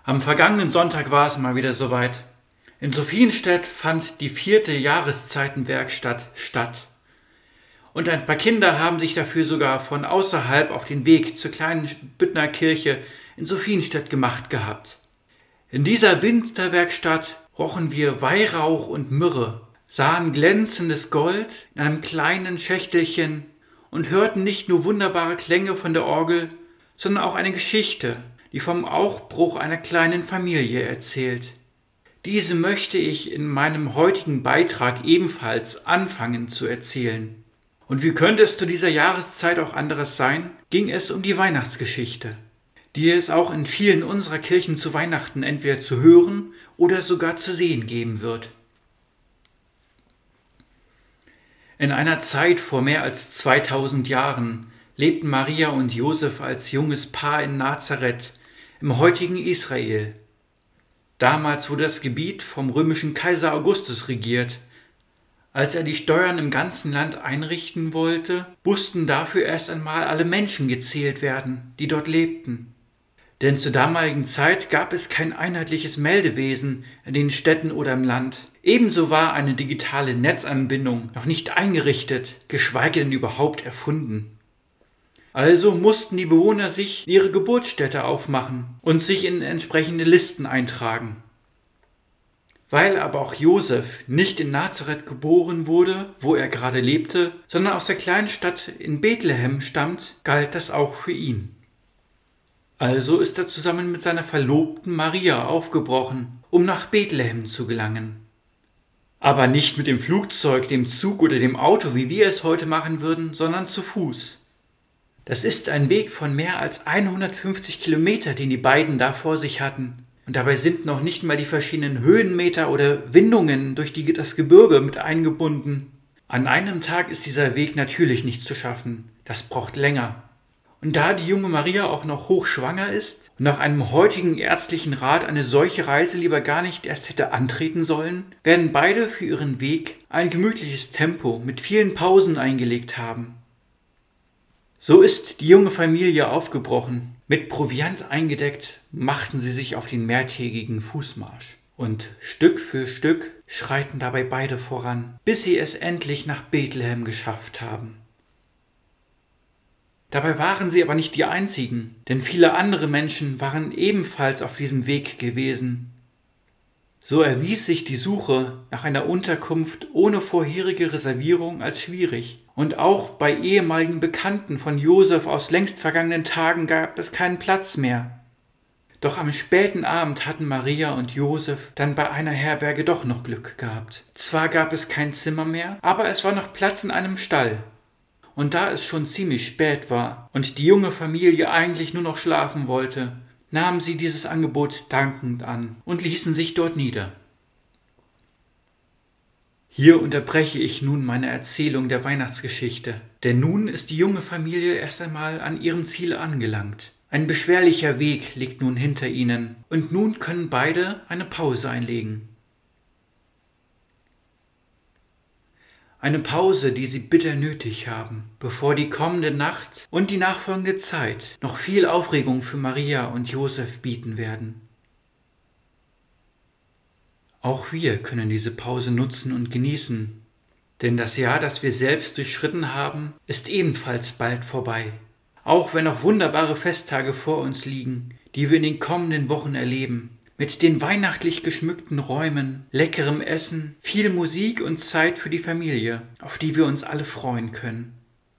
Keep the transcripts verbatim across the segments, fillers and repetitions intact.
Am vergangenen Sonntag war es mal wieder soweit. In Sophienstedt fand die vierte Jahreszeitenwerkstatt statt. Und ein paar Kinder haben sich dafür sogar von außerhalb auf den Weg zur kleinen Büttner Kirche in Sophienstedt gemacht gehabt. In dieser Winterwerkstatt rochen wir Weihrauch und Myrrhe, sahen glänzendes Gold in einem kleinen Schächtelchen und hörten nicht nur wunderbare Klänge von der Orgel, sondern auch eine Geschichte, die vom Aufbruch einer kleinen Familie erzählt. Diese möchte ich in meinem heutigen Beitrag ebenfalls anfangen zu erzählen. Und wie könnte es zu dieser Jahreszeit auch anderes sein, ging es um die Weihnachtsgeschichte, die es auch in vielen unserer Kirchen zu Weihnachten entweder zu hören oder sogar zu sehen geben wird. In einer Zeit vor mehr als zweitausend Jahren lebten Maria und Josef als junges Paar in Nazareth im heutigen Israel. Damals wurde das Gebiet vom römischen Kaiser Augustus regiert. Als er die Steuern im ganzen Land einrichten wollte, mussten dafür erst einmal alle Menschen gezählt werden, die dort lebten. Denn zur damaligen Zeit gab es kein einheitliches Meldewesen in den Städten oder im Land. Ebenso war eine digitale Netzanbindung noch nicht eingerichtet, geschweige denn überhaupt erfunden. Also mussten die Bewohner sich ihre Geburtsstätte aufmachen und sich in entsprechende Listen eintragen. Weil aber auch Josef nicht in Nazareth geboren wurde, wo er gerade lebte, sondern aus der kleinen Stadt in Bethlehem stammt, galt das auch für ihn. Also ist er zusammen mit seiner Verlobten Maria aufgebrochen, um nach Bethlehem zu gelangen. Aber nicht mit dem Flugzeug, dem Zug oder dem Auto, wie wir es heute machen würden, sondern zu Fuß. Das ist ein Weg von mehr als hundertfünfzig Kilometer, den die beiden da vor sich hatten. Und dabei sind noch nicht mal die verschiedenen Höhenmeter oder Windungen durch die, das Gebirge mit eingebunden. An einem Tag ist dieser Weg natürlich nicht zu schaffen. Das braucht länger. Und da die junge Maria auch noch hochschwanger ist und nach einem heutigen ärztlichen Rat eine solche Reise lieber gar nicht erst hätte antreten sollen, werden beide für ihren Weg ein gemütliches Tempo mit vielen Pausen eingelegt haben. So ist die junge Familie aufgebrochen. Mit Proviant eingedeckt machten sie sich auf den mehrtägigen Fußmarsch. Und Stück für Stück schreiten dabei beide voran, bis sie es endlich nach Bethlehem geschafft haben. Dabei waren sie aber nicht die einzigen, denn viele andere Menschen waren ebenfalls auf diesem Weg gewesen. So erwies sich die Suche nach einer Unterkunft ohne vorherige Reservierung als schwierig. Und auch bei ehemaligen Bekannten von Josef aus längst vergangenen Tagen gab es keinen Platz mehr. Doch am späten Abend hatten Maria und Josef dann bei einer Herberge doch noch Glück gehabt. Zwar gab es kein Zimmer mehr, aber es war noch Platz in einem Stall. Und da es schon ziemlich spät war und die junge Familie eigentlich nur noch schlafen wollte, nahmen sie dieses Angebot dankend an und ließen sich dort nieder. Hier unterbreche ich nun meine Erzählung der Weihnachtsgeschichte, denn nun ist die junge Familie erst einmal an ihrem Ziel angelangt. Ein beschwerlicher Weg liegt nun hinter ihnen und nun können beide eine Pause einlegen. Eine Pause, die sie bitter nötig haben, bevor die kommende Nacht und die nachfolgende Zeit noch viel Aufregung für Maria und Josef bieten werden. Auch wir können diese Pause nutzen und genießen, denn das Jahr, das wir selbst durchschritten haben, ist ebenfalls bald vorbei. Auch wenn noch wunderbare Festtage vor uns liegen, die wir in den kommenden Wochen erleben, mit den weihnachtlich geschmückten Räumen, leckerem Essen, viel Musik und Zeit für die Familie, auf die wir uns alle freuen können.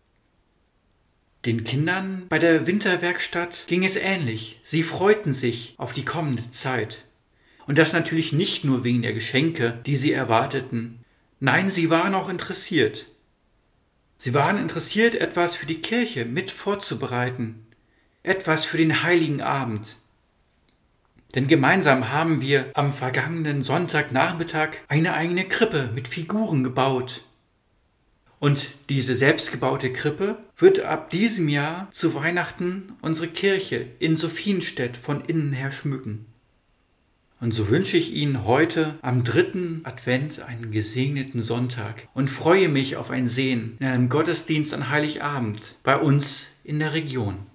Den Kindern bei der Winterwerkstatt ging es ähnlich. Sie freuten sich auf die kommende Zeit. Und das natürlich nicht nur wegen der Geschenke, die sie erwarteten. Nein, sie waren auch interessiert. Sie waren interessiert, etwas für die Kirche mit vorzubereiten. Etwas für den Heiligen Abend. Denn gemeinsam haben wir am vergangenen Sonntagnachmittag eine eigene Krippe mit Figuren gebaut. Und diese selbstgebaute Krippe wird ab diesem Jahr zu Weihnachten unsere Kirche in Sophienstedt von innen her schmücken. Und so wünsche ich Ihnen heute am dritten Advent einen gesegneten Sonntag und freue mich auf ein Sehen in einem Gottesdienst an Heiligabend bei uns in der Region.